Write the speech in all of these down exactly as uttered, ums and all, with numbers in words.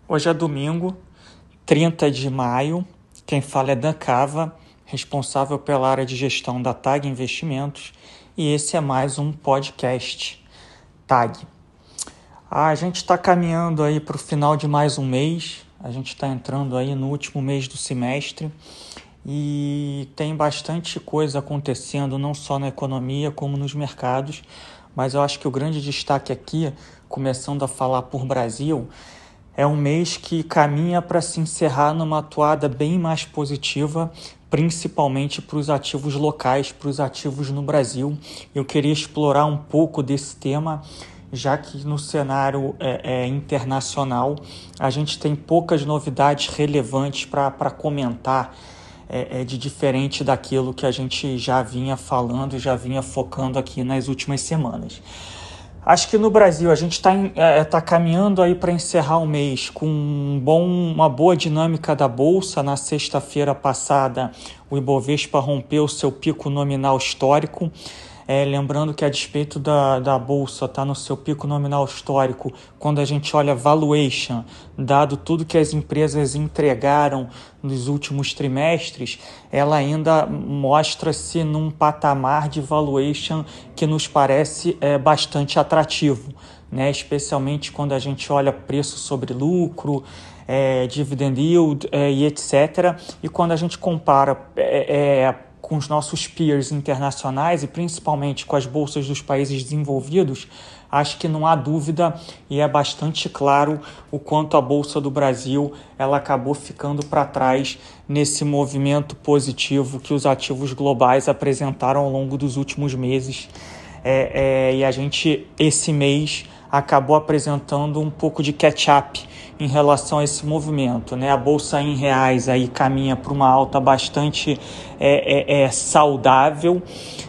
Hoje é domingo, trinta de maio. Quem fala é Dan Cava, responsável pela área de gestão da T A G Investimentos, e esse é mais um podcast T A G. A gente está caminhando aí para o final de mais um mês, a gente está entrando aí no último mês do semestre e tem bastante coisa acontecendo, não só na economia como nos mercados, mas eu acho que o grande destaque aqui, começando a falar por Brasil, é um mês que caminha para se encerrar numa atuada bem mais positiva, principalmente para os ativos locais, para os ativos no Brasil. Eu queria explorar um pouco desse tema, já que no cenário é, é, internacional a gente tem poucas novidades relevantes para comentar é, é, de diferente daquilo que a gente já vinha falando e já vinha focando aqui nas últimas semanas. Acho que no Brasil a gente está é, tá caminhando aí para encerrar o mês com um bom, uma boa dinâmica da Bolsa. Na sexta-feira passada, o Ibovespa rompeu seu pico nominal histórico. É, lembrando que a despeito da, da Bolsa estar tá no seu pico nominal histórico, quando a gente olha valuation, dado tudo que as empresas entregaram nos últimos trimestres, ela ainda mostra-se num patamar de valuation que nos parece é, bastante atrativo, né? Especialmente quando a gente olha preço sobre lucro, é, dividend yield é, e etcétera. E quando a gente compara é, é, com os nossos peers internacionais e principalmente com as bolsas dos países desenvolvidos, acho que não há dúvida e é bastante claro o quanto a Bolsa do Brasil ela acabou ficando para trás nesse movimento positivo que os ativos globais apresentaram ao longo dos últimos meses. É, é, e a gente, esse mês, acabou apresentando um pouco de catch-up em relação a esse movimento, né? A Bolsa em reais aí caminha para uma alta bastante é, é, é, saudável,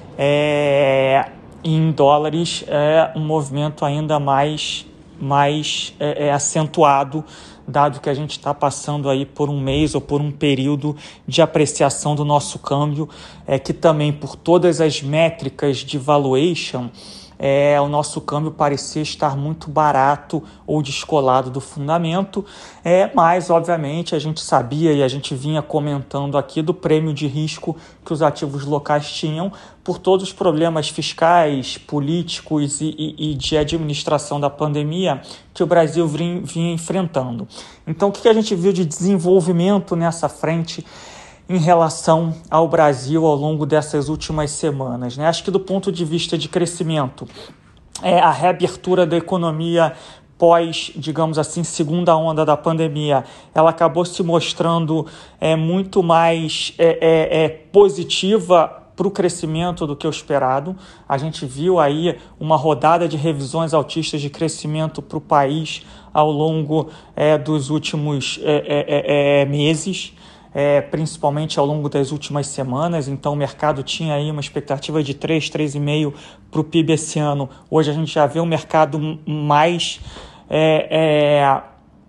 é, e em dólares é um movimento ainda mais, mais é, é, acentuado, dado que a gente está passando aí por um mês ou por um período de apreciação do nosso câmbio, é, que também por todas as métricas de valuation, É, o nosso câmbio parecia estar muito barato ou descolado do fundamento, é, mas obviamente a gente sabia e a gente vinha comentando aqui do prêmio de risco que os ativos locais tinham por todos os problemas fiscais, políticos e, e, e de administração da pandemia que o Brasil vinha, vinha enfrentando. Então o que a gente viu de desenvolvimento nessa frente em relação ao Brasil ao longo dessas últimas semanas, né? Acho que do ponto de vista de crescimento, é, a reabertura da economia pós, digamos assim, segunda onda da pandemia, ela acabou se mostrando é, muito mais é, é, é, positiva para o crescimento do que o esperado. A gente viu aí uma rodada de revisões altistas de crescimento para o país ao longo é, dos últimos é, é, é, meses. É, principalmente ao longo das últimas semanas. Então o mercado tinha aí uma expectativa de três, três vírgula cinco por cento para o P I B esse ano. Hoje a gente já vê um mercado mais é, é,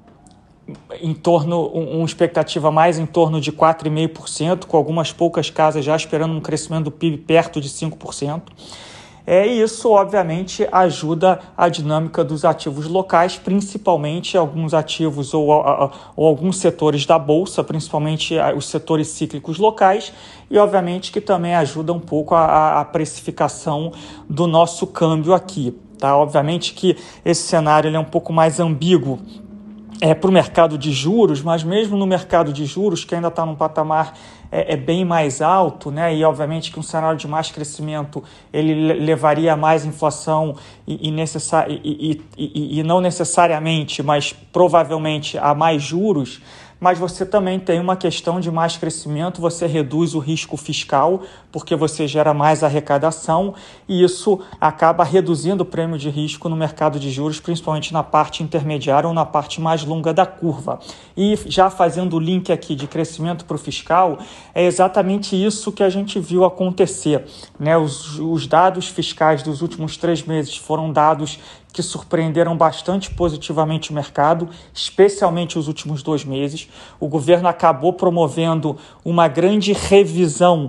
em torno, um, uma expectativa mais em torno de quatro vírgula cinco por cento, com algumas poucas casas já esperando um crescimento do P I B perto de cinco por cento. É, e isso, obviamente, ajuda a dinâmica dos ativos locais, principalmente alguns ativos ou, ou, ou alguns setores da Bolsa, principalmente os setores cíclicos locais, e, obviamente, que também ajuda um pouco a, a precificação do nosso câmbio aqui. Tá? Obviamente que esse cenário ele é um pouco mais ambíguo É, para o mercado de juros, mas mesmo no mercado de juros, que ainda está num patamar é, é bem mais alto, né? E obviamente que um cenário de mais crescimento ele levaria a mais inflação e, e, necessar, e, e, e, e não necessariamente, mas provavelmente a mais juros, mas você também tem uma questão de mais crescimento, você reduz o risco fiscal, porque você gera mais arrecadação, e isso acaba reduzindo o prêmio de risco no mercado de juros, principalmente na parte intermediária ou na parte mais longa da curva. E já fazendo o link aqui de crescimento para o fiscal, é exatamente isso que a gente viu acontecer, né? Os, os dados fiscais dos últimos três meses foram dados que surpreenderam bastante positivamente o mercado, especialmente os últimos dois meses. O governo acabou promovendo uma grande revisão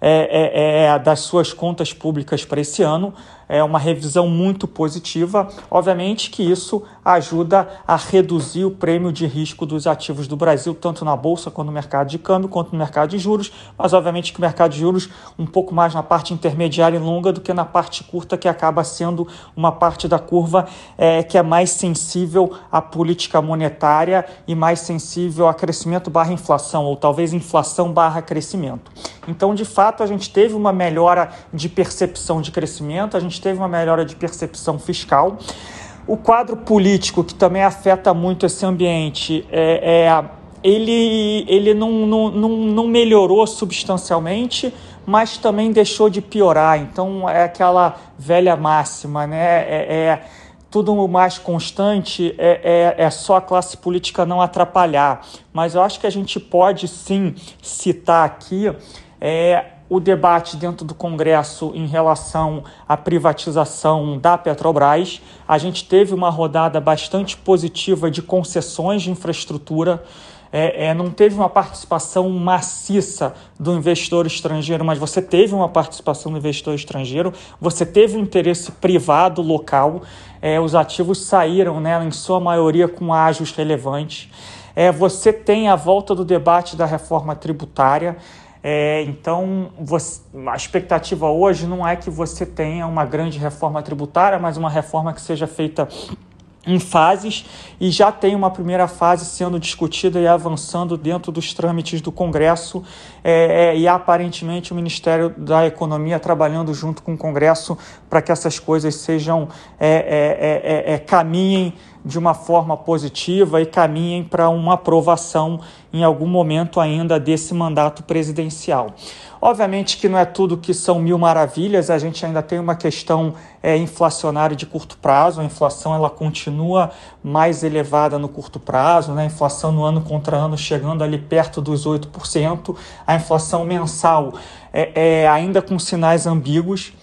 é, é, é, das suas contas públicas para esse ano. É uma revisão muito positiva. Obviamente que isso ajuda a reduzir o prêmio de risco dos ativos do Brasil, tanto na Bolsa quanto no mercado de câmbio, quanto no mercado de juros, mas obviamente que o mercado de juros um pouco mais na parte intermediária e longa do que na parte curta, que acaba sendo uma parte da curva é, que é mais sensível à política monetária e mais sensível a crescimento barra inflação, ou talvez inflação barra crescimento. Então, de fato, a gente teve uma melhora de percepção de crescimento, a gente teve uma melhora de percepção fiscal. O quadro político, que também afeta muito esse ambiente, é, é, ele, ele não, não, não, não melhorou substancialmente, mas também deixou de piorar. Então, é aquela velha máxima, né? É, é, tudo mais constante, é, é, é só a classe política não atrapalhar. Mas eu acho que a gente pode, sim, citar aqui é, o debate dentro do Congresso em relação à privatização da Petrobras. A gente teve uma rodada bastante positiva de concessões de infraestrutura. É, é, não teve uma participação maciça do investidor estrangeiro, mas você teve uma participação do investidor estrangeiro, você teve um interesse privado local, é, os ativos saíram, né, em sua maioria com ágios relevantes. É, você tem a volta do debate da reforma tributária. É, então, você, a expectativa hoje não é que você tenha uma grande reforma tributária, mas uma reforma que seja feita em fases, e já tem uma primeira fase sendo discutida e avançando dentro dos trâmites do Congresso, é, é, e aparentemente o Ministério da Economia trabalhando junto com o Congresso para que essas coisas sejam é, é, é, é, caminhem de uma forma positiva e caminhem para uma aprovação em algum momento ainda desse mandato presidencial. Obviamente que não é tudo que são mil maravilhas, a gente ainda tem uma questão é, inflacionária de curto prazo, a inflação ela continua mais elevada no curto prazo, né? A inflação no ano contra ano chegando ali perto dos oito por cento, a inflação mensal é, é ainda com sinais ambíguos.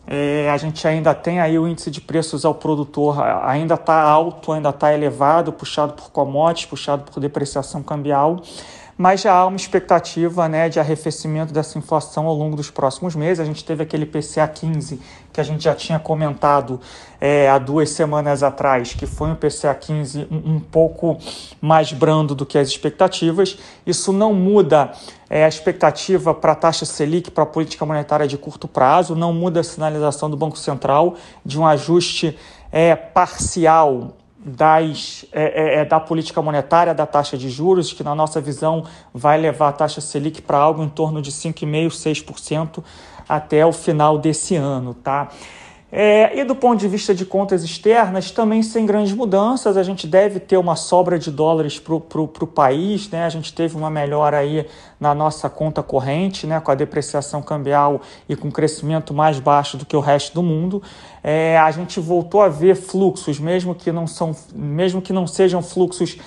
É, a gente ainda tem aí o índice de preços ao produtor, ainda está alto, ainda está elevado, puxado por commodities, puxado por depreciação cambial, mas já há uma expectativa, né, de arrefecimento dessa inflação ao longo dos próximos meses. A gente teve aquele P C A quinze que a gente já tinha comentado é, há duas semanas atrás, que foi um P C A quinze um, um pouco mais brando do que as expectativas. Isso não muda é, a expectativa para a taxa Selic, para a política monetária de curto prazo, não muda a sinalização do Banco Central de um ajuste é, parcial Das, é, é, da política monetária, da taxa de juros, que na nossa visão vai levar a taxa Selic para algo em torno de cinco vírgula cinco por cento, seis por cento até o final desse ano, tá? É, e do ponto de vista de contas externas, também sem grandes mudanças, a gente deve ter uma sobra de dólares para o país, né? A gente teve uma melhora aí na nossa conta corrente, né? Com a depreciação cambial e com crescimento mais baixo do que o resto do mundo. É, a gente voltou a ver fluxos, mesmo que não, são, mesmo que não sejam fluxos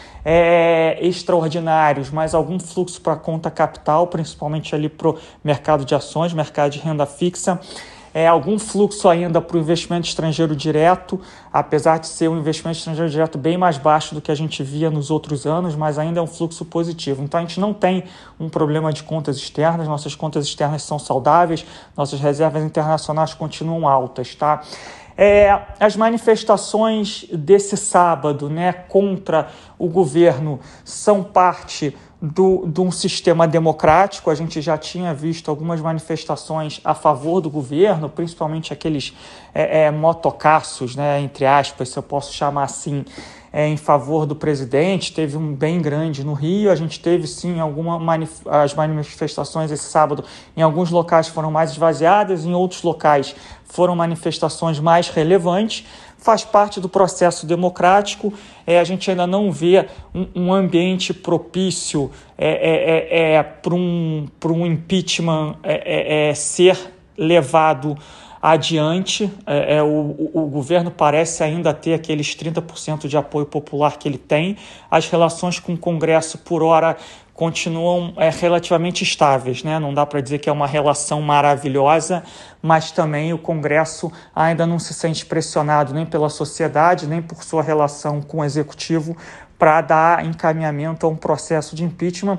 é, extraordinários, mas algum fluxo para a conta capital, principalmente ali para o mercado de ações, mercado de renda fixa. É, algum fluxo ainda para o investimento estrangeiro direto, apesar de ser um investimento estrangeiro direto bem mais baixo do que a gente via nos outros anos, mas ainda é um fluxo positivo. Então a gente não tem um problema de contas externas, nossas contas externas são saudáveis, nossas reservas internacionais continuam altas, tá? É, as manifestações desse sábado, né, contra o governo são parte do, de um sistema democrático. A gente já tinha visto algumas manifestações a favor do governo, principalmente aqueles é, é, motocaços, né, entre aspas, se eu posso chamar assim, é, em favor do presidente. Teve um bem grande no Rio. A gente teve sim alguma manif- as manifestações esse sábado, em alguns locais foram mais esvaziadas, em outros locais foram manifestações mais relevantes. Faz parte do processo democrático. É, a gente ainda não vê um, um ambiente propício é, é, é, é, para um, para um impeachment é, é, é, ser levado adiante. É, é, o, o governo parece ainda ter aqueles trinta por cento de apoio popular que ele tem. As relações com o Congresso, por hora, continuam é, relativamente estáveis, né? Não dá para dizer que é uma relação maravilhosa, mas também o Congresso ainda não se sente pressionado nem pela sociedade, nem por sua relação com o Executivo para dar encaminhamento a um processo de impeachment.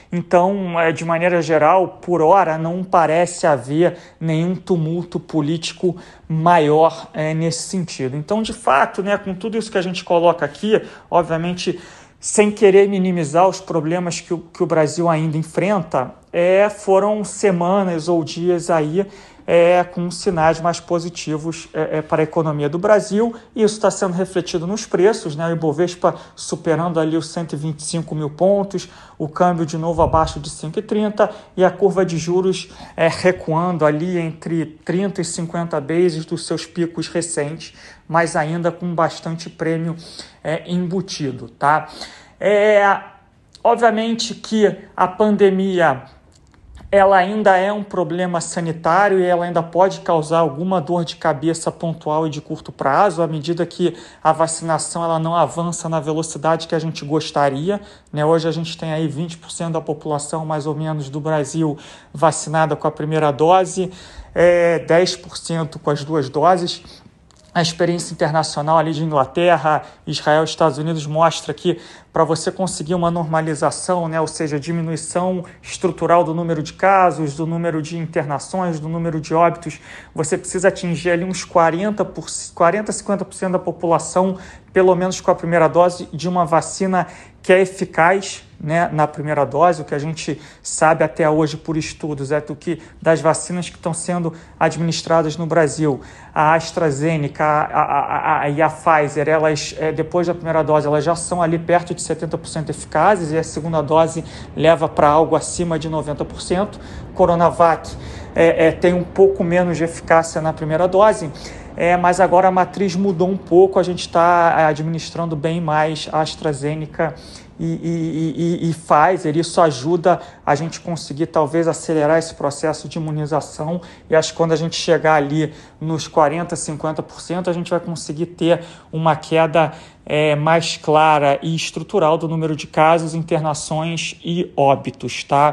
Então, de maneira geral, por hora, não parece haver nenhum tumulto político maior é, nesse sentido. Então, de fato, né, com tudo isso que a gente coloca aqui, obviamente, sem querer minimizar os problemas que o, que o Brasil ainda enfrenta, é, foram semanas ou dias aí é, com sinais mais positivos é, é, para a economia do Brasil, e isso está sendo refletido nos preços, né? O Ibovespa superando ali os cento e vinte e cinco mil pontos, o câmbio de novo abaixo de cinco e trinta e a curva de juros é, recuando ali entre trinta e cinquenta bases dos seus picos recentes, mas ainda com bastante prêmio é, embutido, tá? É, obviamente que a pandemia ela ainda é um problema sanitário e ela ainda pode causar alguma dor de cabeça pontual e de curto prazo, à medida que a vacinação ela não avança na velocidade que a gente gostaria, né? Hoje a gente tem aí vinte por cento da população, mais ou menos, do Brasil vacinada com a primeira dose, é, dez por cento com as duas doses. A experiência internacional ali de Inglaterra, Israel e Estados Unidos mostra que para você conseguir uma normalização, né, ou seja, diminuição estrutural do número de casos, do número de internações, do número de óbitos, você precisa atingir ali uns quarenta por cento, quarenta, cinquenta por cento da população, pelo menos com a primeira dose de uma vacina que é eficaz, né, na primeira dose. O que a gente sabe até hoje por estudos é do que das vacinas que estão sendo administradas no Brasil, a AstraZeneca a, a, a, e a Pfizer, elas, é, depois da primeira dose, elas já são ali perto de setenta por cento eficazes, e a segunda dose leva para algo acima de noventa por cento. Coronavac é, é, tem um pouco menos de eficácia na primeira dose, É, mas agora a matriz mudou um pouco, a gente está administrando bem mais a AstraZeneca e, e, e, e Pfizer. Isso ajuda a gente conseguir talvez acelerar esse processo de imunização, e acho que quando a gente chegar ali nos quarenta, cinquenta por cento, a gente vai conseguir ter uma queda é, mais clara e estrutural do número de casos, internações e óbitos, tá?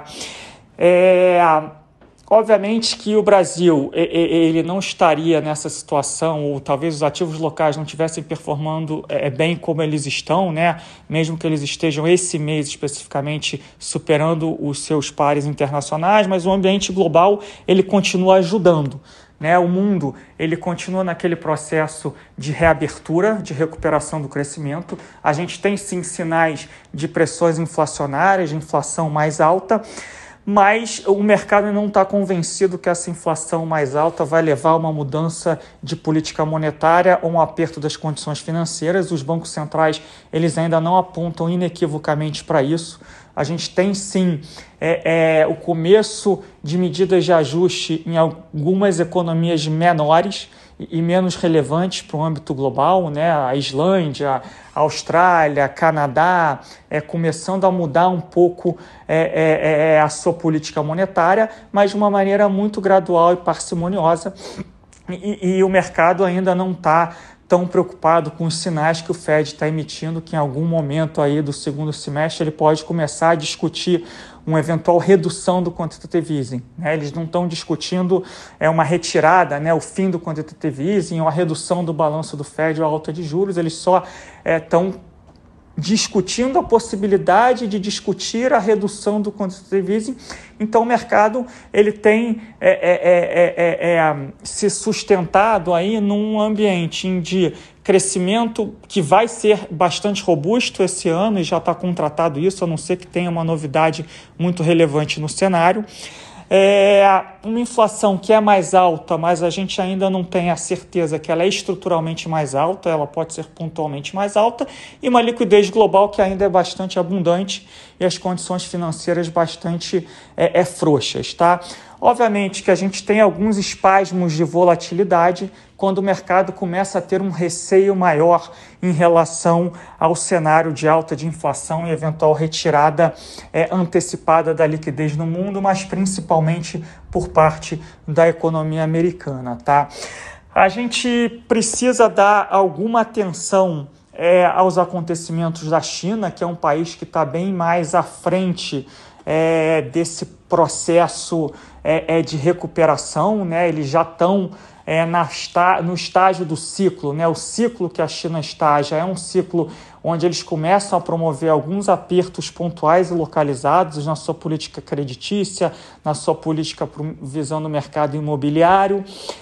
É... Obviamente que o Brasil ele não estaria nessa situação, ou talvez os ativos locais não estivessem performando bem como eles estão, né? Mesmo que eles estejam esse mês especificamente superando os seus pares internacionais, mas o ambiente global ele continua ajudando, né? O mundo ele continua naquele processo de reabertura, de recuperação do crescimento. A gente tem sim sinais de pressões inflacionárias, de inflação mais alta, mas o mercado não está convencido que essa inflação mais alta vai levar a uma mudança de política monetária ou um aperto das condições financeiras. Os bancos centrais eles ainda não apontam inequivocamente para isso. A gente tem sim é, é, o começo de medidas de ajuste em algumas economias menores e menos relevantes para o âmbito global, né? A Islândia, a Austrália, Canadá, é, começando a mudar um pouco é, é, a sua política monetária, mas de uma maneira muito gradual e parcimoniosa, e, e o mercado ainda não está tão preocupado com os sinais que o Fed está emitindo, que em algum momento aí do segundo semestre ele pode começar a discutir uma eventual redução do quantitative easing, né? Eles não estão discutindo é, uma retirada, né, o fim do quantitative easing ou a redução do balanço do Fed ou a alta de juros, eles só estão é, discutindo a possibilidade de discutir a redução do quantitative easing. Então o mercado ele tem é, é, é, é, é, se sustentado aí num ambiente de crescimento que vai ser bastante robusto esse ano, e já está contratado isso, a não ser que tenha uma novidade muito relevante no cenário. É uma inflação que é mais alta, mas a gente ainda não tem a certeza que ela é estruturalmente mais alta, ela pode ser pontualmente mais alta, e uma liquidez global que ainda é bastante abundante e as condições financeiras bastante é, é, frouxas, tá? Obviamente que a gente tem alguns espasmos de volatilidade quando o mercado começa a ter um receio maior em relação ao cenário de alta de inflação e eventual retirada é, antecipada da liquidez no mundo, mas principalmente por parte da economia americana, tá? A gente precisa dar alguma atenção é, aos acontecimentos da China, que é um país que está bem mais à frente é, desse processo é, é, de recuperação, né? Eles já estão é, na, no estágio do ciclo, né? O ciclo que a China está já é um ciclo onde eles começam a promover alguns apertos pontuais e localizados na sua política creditícia, na sua política visando o mercado imobiliário.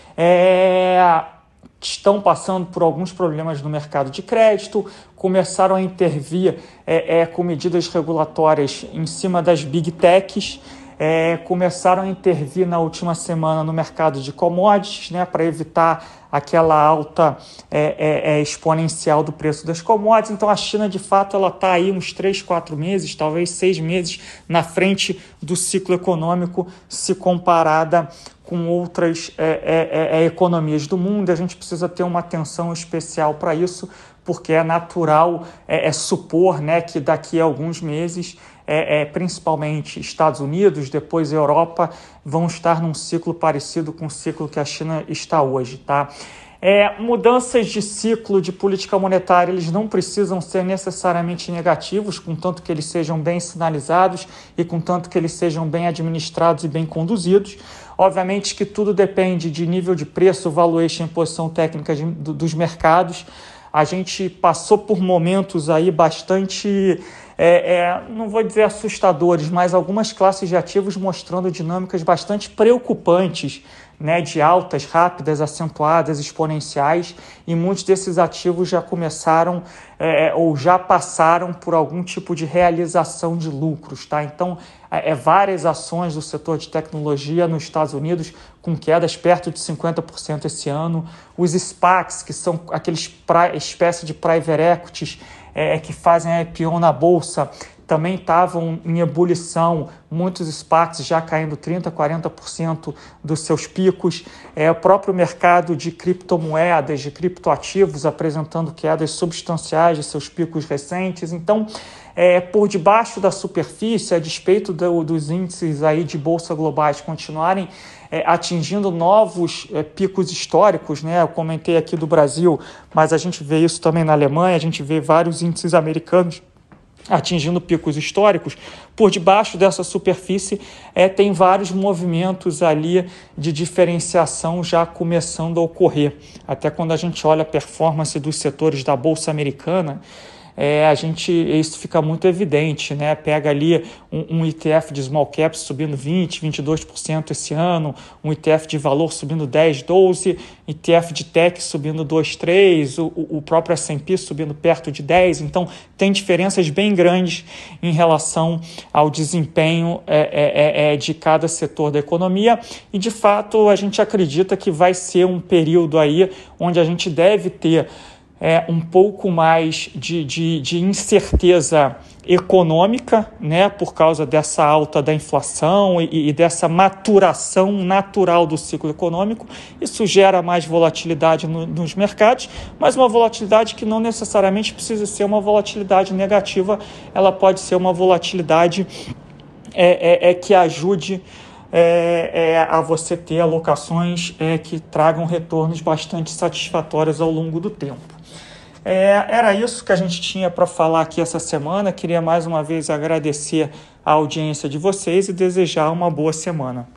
É... estão passando por alguns problemas no mercado de crédito, começaram a intervir é, é, com medidas regulatórias em cima das big techs, é, começaram a intervir na última semana no mercado de commodities, né, para evitar aquela alta é, é, é, exponencial do preço das commodities. Então a China, de fato, ela está aí uns três, quatro meses, talvez seis meses na frente do ciclo econômico se comparada com outras é, é, é, economias do mundo. A gente precisa ter uma atenção especial para isso, porque é natural é, é supor, né, que daqui a alguns meses, é, é, principalmente Estados Unidos, depois Europa, vão estar num ciclo parecido com o ciclo que a China está hoje, tá? É, mudanças de ciclo de política monetária, eles não precisam ser necessariamente negativos, contanto que eles sejam bem sinalizados e contanto que eles sejam bem administrados e bem conduzidos. Obviamente que tudo depende de nível de preço, valuation e posição técnica de, do, dos mercados. A gente passou por momentos aí bastante, é, é, não vou dizer assustadores, mas algumas classes de ativos mostrando dinâmicas bastante preocupantes, né, de altas, rápidas, acentuadas, exponenciais, e muitos desses ativos já começaram é, ou já passaram por algum tipo de realização de lucros, tá? Então, é, é várias ações do setor de tecnologia nos Estados Unidos com quedas perto de cinquenta por cento esse ano. Os SPACs, que são aqueles pra, espécie de private equities é, que fazem a I P O na bolsa, também estavam em ebulição, muitos SPACs já caindo trinta por cento, quarenta por cento dos seus picos. É, o próprio mercado de criptomoedas, de criptoativos, apresentando quedas substanciais de seus picos recentes. Então, é, por debaixo da superfície, a despeito do, dos índices aí de bolsa globais continuarem é, atingindo novos é, picos históricos, né? Eu comentei aqui do Brasil, mas a gente vê isso também na Alemanha, a gente vê vários índices americanos atingindo picos históricos. Por debaixo dessa superfície é, tem vários movimentos ali de diferenciação já começando a ocorrer. Até quando a gente olha a performance dos setores da Bolsa Americana, É, a gente, isso fica muito evidente, né? Pega ali um, um E T F de small caps subindo vinte por cento, vinte e dois por cento esse ano, um E T F de valor subindo dez por cento, doze por cento, E T F de tech subindo dois por cento, três por cento, o, o próprio S and P subindo perto de dez por cento. Então, tem diferenças bem grandes em relação ao desempenho é, é, é, de cada setor da economia, e, de fato, a gente acredita que vai ser um período aí onde a gente deve ter É, um pouco mais de, de, de incerteza econômica, né, por causa dessa alta da inflação e, e dessa maturação natural do ciclo econômico. Isso gera mais volatilidade no, nos mercados, mas uma volatilidade que não necessariamente precisa ser uma volatilidade negativa, ela pode ser uma volatilidade é, é, é que ajude É, é, a você ter alocações é, que tragam retornos bastante satisfatórios ao longo do tempo. É, era isso que a gente tinha para falar aqui essa semana. Queria mais uma vez agradecer a audiência de vocês e desejar uma boa semana.